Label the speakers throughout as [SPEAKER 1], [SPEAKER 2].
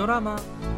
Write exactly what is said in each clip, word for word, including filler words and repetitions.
[SPEAKER 1] بانوراما.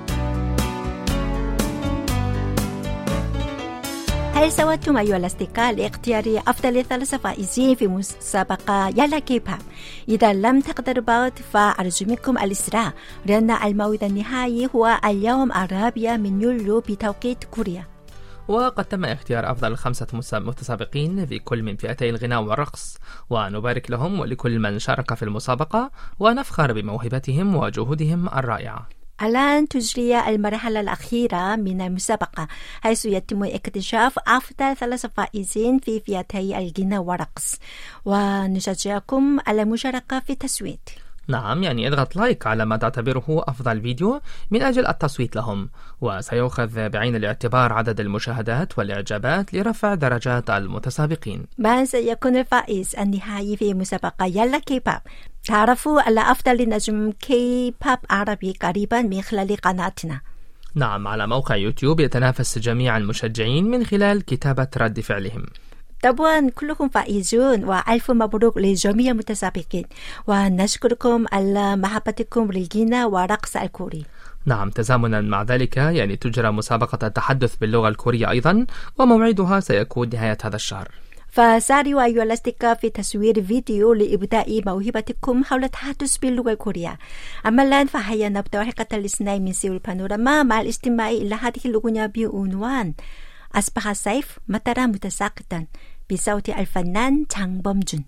[SPEAKER 2] هل ساوتم أيها الأصدقاء لاختيار أفضل ثلاث فائزين في مسابقة يلا كيباب؟ إذا لم تقدروا بعد فأرجو منكم الإسراع، لأن الموعد النهائي هو اليوم الرابع من يوليو بتوقيت كوريا.
[SPEAKER 1] وقد تم اختيار أفضل خمسة متسابقين في كل من فئتي الغناء والرقص، ونبارك لهم ولكل من شارك في المسابقة ونفخر بموهبتهم وجهودهم الرائعة.
[SPEAKER 2] الآن تجري المرحلة الأخيرة من المسابقة، حيث يتم اكتشاف أفضل ثلاث فائزين في فئتي الغناء والرقص، ونشجعكم على المشاركة في التصويت.
[SPEAKER 1] نعم، يعني اضغط لايك على ما تعتبره أفضل فيديو من أجل التصويت لهم، وسيؤخذ بعين الاعتبار عدد المشاهدات والإعجابات لرفع درجات المتسابقين.
[SPEAKER 2] من سيكون الفائز النهائي في مسابقة يلا كيباب؟ تعرفوا على أفضل نجم كيباب عربي قريبا من خلال قناتنا.
[SPEAKER 1] نعم، على موقع يوتيوب يتنافس جميع المشجعين من خلال كتابة رد فعلهم.
[SPEAKER 2] طبعا كلكم فائزون، وألف مبروك لجميع المتسابقين، ونشكركم على محبتكم للغناء والرقص الكوري.
[SPEAKER 1] نعم، تزامنا مع ذلك يعني تجرى مسابقة التحدث باللغة الكورية أيضا، وموعدها سيكون نهاية هذا الشهر.
[SPEAKER 2] فسارعوا أيها الأصدقاء في تصوير فيديو لإبداء موهبتكم حول التحدث باللغة الكورية. أما الآن فهيا نبدأ حلقة الاثنين من سيول بانوراما مع الاستماع إلى هذه الأغنية بعنوان أصبح الصيف مطرا متساقطا بصوت الفنان 장범준.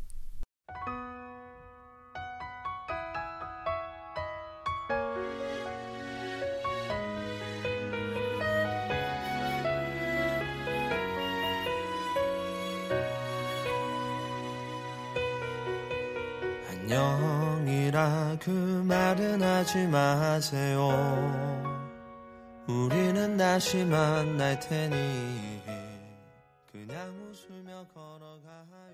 [SPEAKER 3] 안녕이라 그 말은 하지 마세요. 우리는 다시 만날 테니 그냥 웃으며 걸어가요.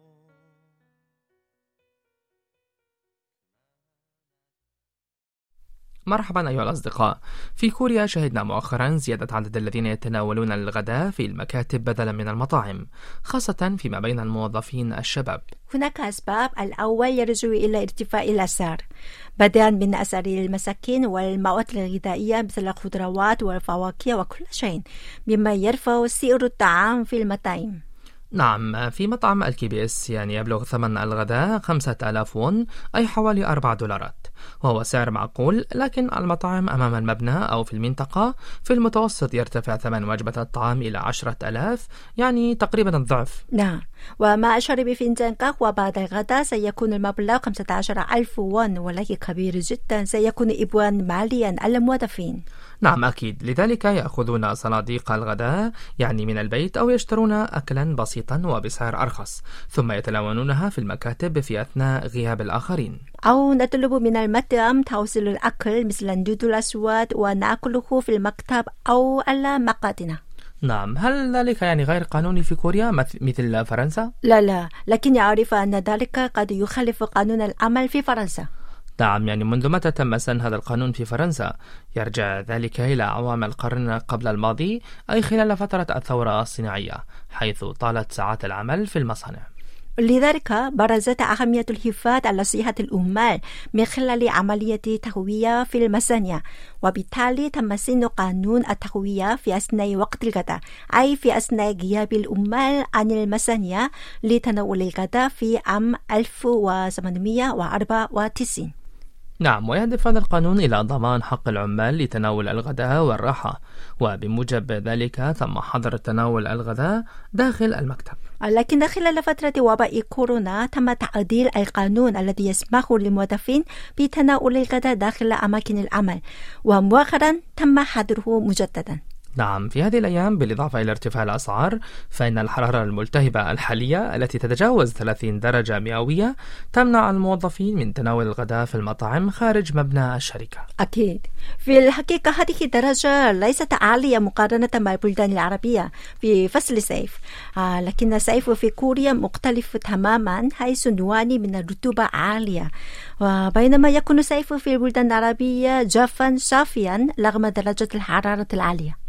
[SPEAKER 1] مرحبا أيها الأصدقاء. في كوريا شهدنا مؤخرا زيادة عدد الذين يتناولون الغداء في المكاتب بدلا من المطاعم، خاصة فيما بين الموظفين الشباب.
[SPEAKER 2] هناك أسباب. الأول يرجع إلى ارتفاع الأسعار، بدءا من أسعار المساكن والمواد الغذائية مثل الخضروات والفواكه وكل شيء، مما يرفع سعر الطعام في المطاعم.
[SPEAKER 1] نعم، في مطعم الكي بي اس يعني يبلغ ثمن الغداء خمسة آلاف وون، أي حوالي أربعة دولارات، وهو سعر معقول. لكن المطاعم أمام المبنى أو في المنطقة في المتوسط يرتفع ثمن وجبة الطعام إلى عشرة آلاف، يعني تقريبا الضعف.
[SPEAKER 2] نعم، ومع شرب فنجان قهوة بعد الغداء سيكون المبلغ خمسة عشر ألف وون، ولكن كبير جدا، سيكون إبوا ماليا على الموظفين.
[SPEAKER 1] نعم أكيد، لذلك يأخذون صناديق الغداء يعني من البيت، أو يشترون أكلا بسيطا وبسعر أرخص، ثم يتناولونها في المكاتب في أثناء غياب الآخرين.
[SPEAKER 2] أو نطلب من المطعم توصيل الأكل مثل النودل الأسود ونأكله في المكتب أو على مقعدنا.
[SPEAKER 1] نعم، هل ذلك يعني غير قانوني في كوريا مثل فرنسا؟
[SPEAKER 2] لا لا، لكن يعرف أن ذلك قد يخالف قانون العمل في فرنسا.
[SPEAKER 1] نعم، يعني منذ متى تم سن هذا القانون في فرنسا؟ يرجع ذلك إلى أعوام القرن قبل الماضي، أي خلال فترة الثورة الصناعية، حيث طالت ساعات العمل في المصانع.
[SPEAKER 2] لذلك برزت أهمية الحفاظ على صحة العمال من خلال عملية تهوية في المصانع، وبالتالي تم سن قانون التهوية في أثناء وقت الغداء، أي في أثناء غياب العمال عن المصانع لتناول الغداء في عام ألف وثمانمائة وأربعة وتسعين.
[SPEAKER 1] نعم، ويهدف هذا القانون إلى ضمان حق العمال لتناول الغداء والراحة، وبموجب ذلك تم حظر تناول الغداء داخل المكتب.
[SPEAKER 2] لكن خلال فترة وباء كورونا تم تعديل القانون الذي يسمح للموظفين بتناول الغداء داخل أماكن العمل، ومؤخرا تم حظره مجددا.
[SPEAKER 1] نعم، في هذه الأيام بالإضافة إلى ارتفاع الأسعار، فإن الحرارة الملتهبة الحالية التي تتجاوز ثلاثين درجة مئوية تمنع الموظفين من تناول الغداء في المطاعم خارج مبنى الشركة.
[SPEAKER 2] أكيد، في الحقيقة هذه الدرجة ليست عالية مقارنة مع البلدان العربية في فصل الصيف، آه لكن الصيف في كوريا مختلف تماما، حيث نعاني من الرطوبة عالية، وبينما يكون الصيف في البلدان العربية جافا صافيا رغم درجة الحرارة العالية.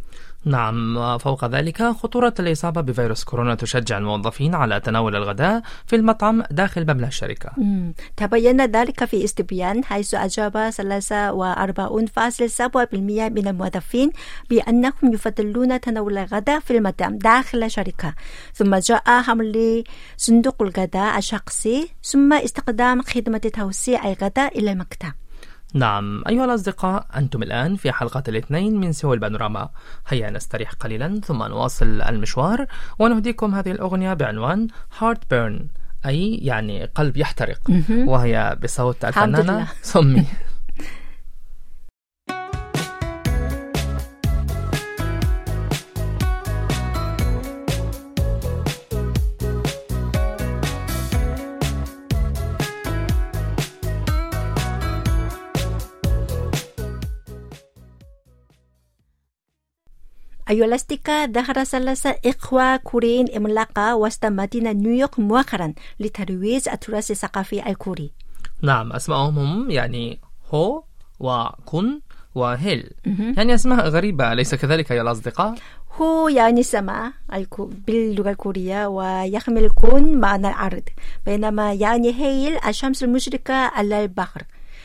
[SPEAKER 1] نعم، وفوق ذلك خطورة الإصابة بفيروس كورونا تشجع الموظفين على تناول الغداء في المطعم داخل مبنى الشركة.
[SPEAKER 2] مم. تبين ذلك في استبيان حيث أجاب ثلاثة وأربعين فاصلة سبعة بالمئة من الموظفين بأنهم يفضلون تناول الغداء في المطعم داخل الشركة، ثم جاء حمل صندوق الغداء الشخصي، ثم استخدام خدمة توزيع الغداء إلى المكتب.
[SPEAKER 1] نعم أيها الأصدقاء، أنتم الآن في حلقة الاثنين من سوى البانوراما. هيا نستريح قليلا ثم نواصل المشوار ونهديكم هذه الأغنية بعنوان Heartburn، أي يعني قلب يحترق، وهي بصوت الفنانة سمي.
[SPEAKER 2] أيها الأصدقاء، ظهر ثلاثة إخوة كوريين عملاقة وسط مدينة نيويورك مؤخرا لترويج التراث الثقافي الكوري.
[SPEAKER 1] نعم، أسمائهم هم يعني هو وكون وهيل، يعني أسماء غريبة أليس كذلك يا الأصدقاء؟
[SPEAKER 2] هو يعني سماء باللغة الكورية ويحمل كون معنى الأرض، بينما يعني هيل الشمس المشرقة على البحر،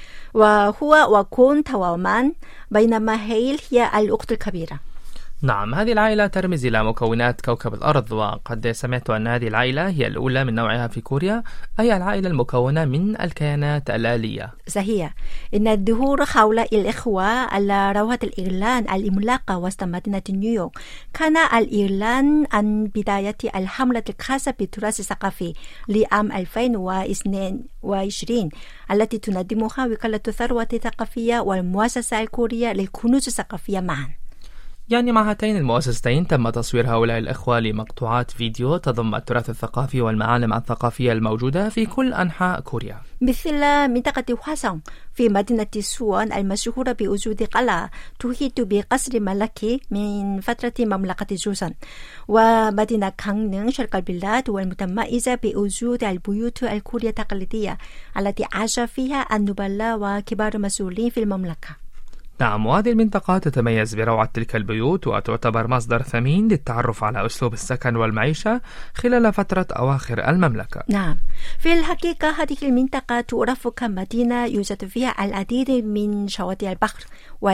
[SPEAKER 2] وهو وكون توامان، بينما هيل هي الأخت الكبيرة.
[SPEAKER 1] نعم، هذه العائلة ترمز إلى مكونات كوكب الأرض، وقد سمعت أن هذه العائلة هي الأولى من نوعها في كوريا، أي العائلة المكونة من الكيانات الآلية.
[SPEAKER 2] صحيح، إن الظهور حول الإخوة على روحة الإعلان العملاقة وسط مدينة نيويورك كان الإعلان عن بداية الحملة الخاصة بالتراث الثقافي لعام ألفين واثنين وعشرين التي تنظمها وكالة الثروة الثقافية والمؤسسة الكورية للكنوز الثقافية معا.
[SPEAKER 1] يعني مع هاتين المؤسستين تم تصوير هؤلاء الإخوة لمقطوعات فيديو تضم التراث الثقافي والمعالم الثقافية الموجودة في كل أنحاء كوريا،
[SPEAKER 2] مثل منطقة هواسونغ في مدينة سوون المشهورة بوجود قلعة تحيط بقصر ملكي من فترة مملكة جوسون، ومدينة كانغنم شرق البلاد والمتميزة بوجود البيوت الكورية التقليدية التي عاش فيها النبلاء وكبار المسؤولين في المملكة.
[SPEAKER 1] نعم، وهذه المنطقة تتميز بروعة تلك البيوت وتعتبر مصدر ثمين للتعرف على أسلوب السكن والمعيشة خلال فترة أواخر المملكة.
[SPEAKER 2] نعم، في الحقيقة هذه المنطقة تعرف كمدينة يوجد فيها العديد من شواطئ البحر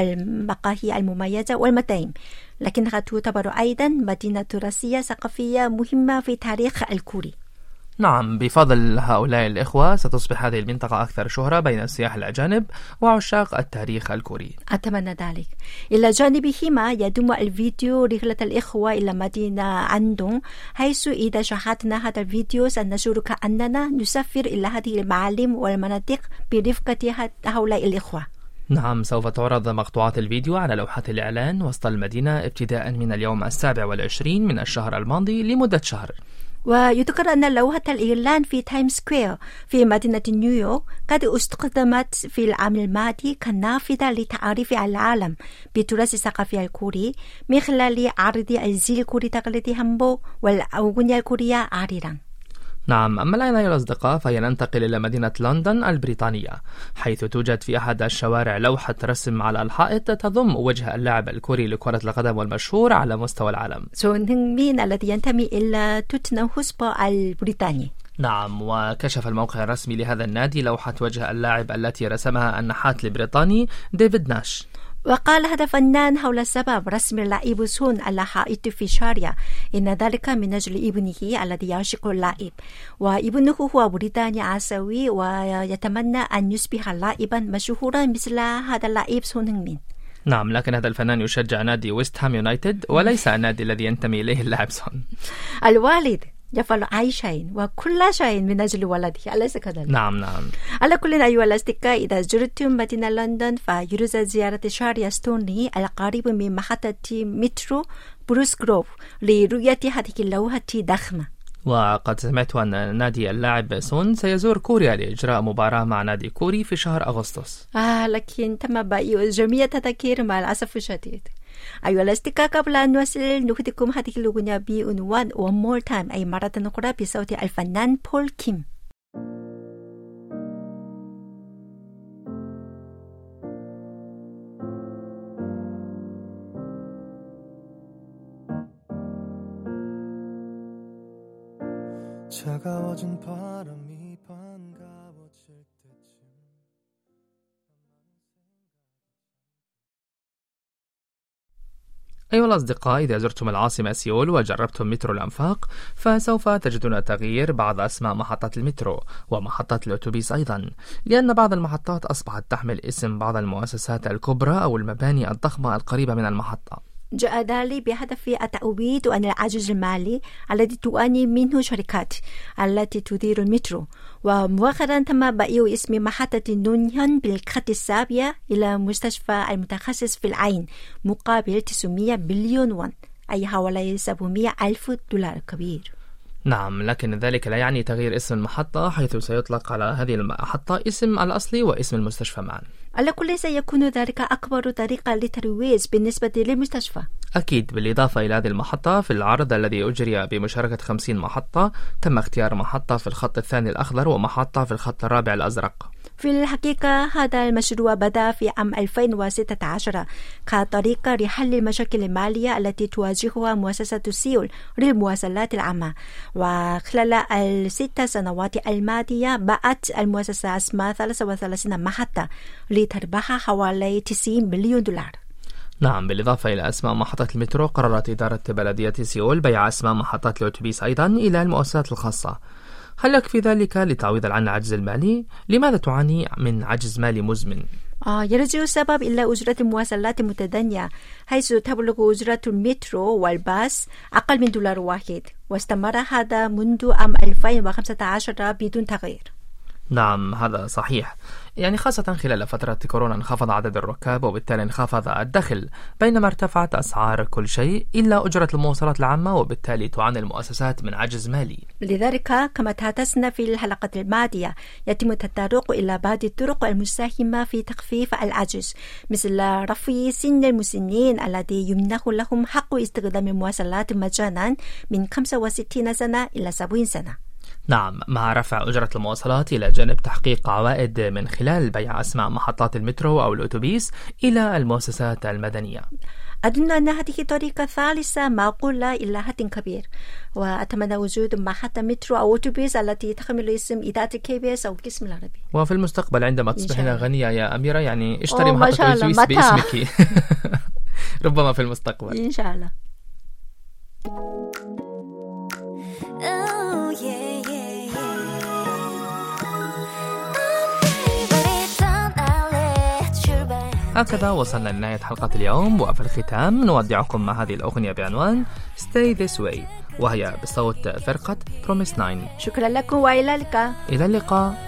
[SPEAKER 2] والمقاهي المميزة والمطاعم، لكنها تعتبر أيضا مدينة تراثية ثقافية مهمة في تاريخ الكوري.
[SPEAKER 1] نعم، بفضل هؤلاء الإخوة ستصبح هذه المنطقة أكثر شهرة بين السياح الأجانب وعشاق التاريخ الكوري.
[SPEAKER 2] أتمنى ذلك. إلى جانبهما يضم الفيديو رحلة الإخوة إلى مدينة أندونغ، حيث إذا شاهدنا هذا الفيديو سنشعر كأننا نسافر إلى هذه المعالم والمناطق برفقة هؤلاء الإخوة.
[SPEAKER 1] نعم، سوف تعرض مقطوعات الفيديو على لوحة الإعلان وسط المدينة ابتداء من اليوم السابع والعشرين من الشهر الماضي لمدة شهر.
[SPEAKER 2] ويذكر أن لوحة الإعلان في تايم سكوير في مدينة نيويورك قد استخدمت في العام الماضي كنافذة لتعريف العالم بالتراث الثقافي الكوري من خلال عرض الزي الكوري التقليدي هامبو والأغنية الكورية عريران.
[SPEAKER 1] نعم، أما الآن أيها الأصدقاء فلننتقل إلى مدينة لندن البريطانية، حيث توجد في أحد الشوارع لوحة رسم على الحائط تضم وجه اللاعب الكوري لكرة القدم والمشهور على مستوى العالم
[SPEAKER 2] سون هينغمين الذي ينتمي إلى توتنهام هوتسبير البريطاني.
[SPEAKER 1] نعم، وكشف الموقع الرسمي لهذا النادي لوحة وجه اللاعب التي رسمها النحات البريطاني ديفيد ناش.
[SPEAKER 2] وقال هذا الفنان حول سبب رسم اللاعب سون على حائط في شارع إن ذلك من أجل ابنه الذي يعشق اللاعب، وابنه هو بريطاني آسيوي ويتمنى أن يصبح لاعبا مشهورا مثل هذا اللاعب سون هينغمين.
[SPEAKER 1] نعم، لكن هذا الفنان يشجع نادي ويست هام يونايتد وليس النادي الذي ينتمي إليه اللاعب سون.
[SPEAKER 2] الوالد يفعل أي شيء وكل شيء من أجل ولده، أليس كذلك؟
[SPEAKER 1] نعم نعم.
[SPEAKER 2] على كل أيها الأصدقاء، إذا زرتم مدينة لندن فيرجى زيارة شارع ستونلي القريب من محطة مترو بروس جروف لرؤية هذه اللوحة الضخمة.
[SPEAKER 1] وقد سمعت أن نادي اللاعب سون سيزور كوريا لإجراء مباراة مع نادي كوري في شهر أغسطس.
[SPEAKER 2] آه لكن تم بيع جميع التذاكر مع الأسف الشديد. أيها الأصدقاء، قبل أن نواصل نهديكم هذه الأغنية بعنوان One More Time، أي مرة أخرى بصوت الفنان بول كيم.
[SPEAKER 3] 차가워진 바람이 반가워질 때쯤
[SPEAKER 1] أيها الأصدقاء، إذا زرتم العاصمة سيول وجربتم مترو الأنفاق فسوف تجدون تغيير بعض أسماء محطات المترو ومحطات الأتوبيس أيضا، لأن بعض المحطات أصبحت تحمل اسم بعض المؤسسات الكبرى أو المباني الضخمة القريبة من المحطة.
[SPEAKER 2] جاء ذلك بهدف التعويض عن العجز المالي الذي تعاني منه شركات التي تدير المترو. ومؤخرا تم بيع اسم محطة نونهيون بالخط السابع إلى مستشفى المتخصص في العين مقابل تسعمائة بليون وون، أي حوالي سبعمائة ألف دولار كبير.
[SPEAKER 1] نعم، لكن ذلك لا يعني تغيير اسم المحطة، حيث سيطلق على هذه المحطة اسم الأصلي واسم المستشفى معا.
[SPEAKER 2] على كل سيكون ذلك أكبر طريقة للترويج بالنسبة للمستشفى.
[SPEAKER 1] أكيد، بالإضافة إلى هذه المحطة في العرض الذي أجري بمشاركة خمسين محطة تم اختيار محطة في الخط الثاني الأخضر ومحطة في الخط الرابع الأزرق.
[SPEAKER 2] في الحقيقة هذا المشروع بدأ في عام ألفين وستة عشر كطريقة لحل المشاكل المالية التي تواجهها مؤسسة سيول للمواصلات العامة، وخلال الست سنوات الماضية باعت المؤسسة أسماء ثلاثة وثلاثين محطة لتربح حوالي تسعين بليون دولار.
[SPEAKER 1] نعم، بالإضافة إلى أسماء محطات المترو قررت إدارة بلدية سيول بيع أسماء محطات الأتوبيس أيضا إلى المؤسسات الخاصة. هل يكفي ذلك لتعويض عن العجز المالي؟ لماذا تعاني من عجز مالي مزمن؟
[SPEAKER 2] آه يرجع السبب إلى أجرة المواصلات المتدنية، حيث تبلغ أجرة المترو والباص أقل من دولار واحد، واستمر هذا منذ عام ألفين وخمسة عشر بدون تغيير.
[SPEAKER 1] نعم، هذا صحيح، يعني خاصة خلال فترة كورونا انخفض عدد الركاب وبالتالي انخفض الدخل، بينما ارتفعت أسعار كل شيء إلا أجرة المواصلات العامة، وبالتالي تعاني المؤسسات من عجز مالي.
[SPEAKER 2] لذلك كما تحدثنا في الحلقة الماضية يتم التطرق إلى بعض الطرق المساهمة في تخفيف العجز، مثل رفع سن المسنين الذي يمنح لهم حق استخدام المواصلات مجانا من خمسة وستين سنة إلى سبعين سنة.
[SPEAKER 1] نعم، مع رفع أجرة المواصلات إلى جانب تحقيق عوائد من خلال بيع أسماء محطات المترو أو الأتوبيس إلى المؤسسات المدنية.
[SPEAKER 2] أظن أن هذه طريقة ثالثة معقولة إلى حد كبير، وأتمنى وجود محطة مترو أو أتوبيس التي تحمل اسم إذاعة كي بي إس أو القسم العربي.
[SPEAKER 1] وفي المستقبل عندما تصبحين غنية يا أميرة يعني اشتري محطة أتوبيس باسمك. ربما في المستقبل
[SPEAKER 2] إن شاء الله.
[SPEAKER 1] هكذا وصلنا لنهاية حلقة اليوم، وفي الختام نودعكم مع هذه الأغنية بعنوان Stay This Way، وهي بصوت فرقة Promise Nine.
[SPEAKER 2] شكرا لكم وإلى اللقاء.
[SPEAKER 1] إلى اللقاء.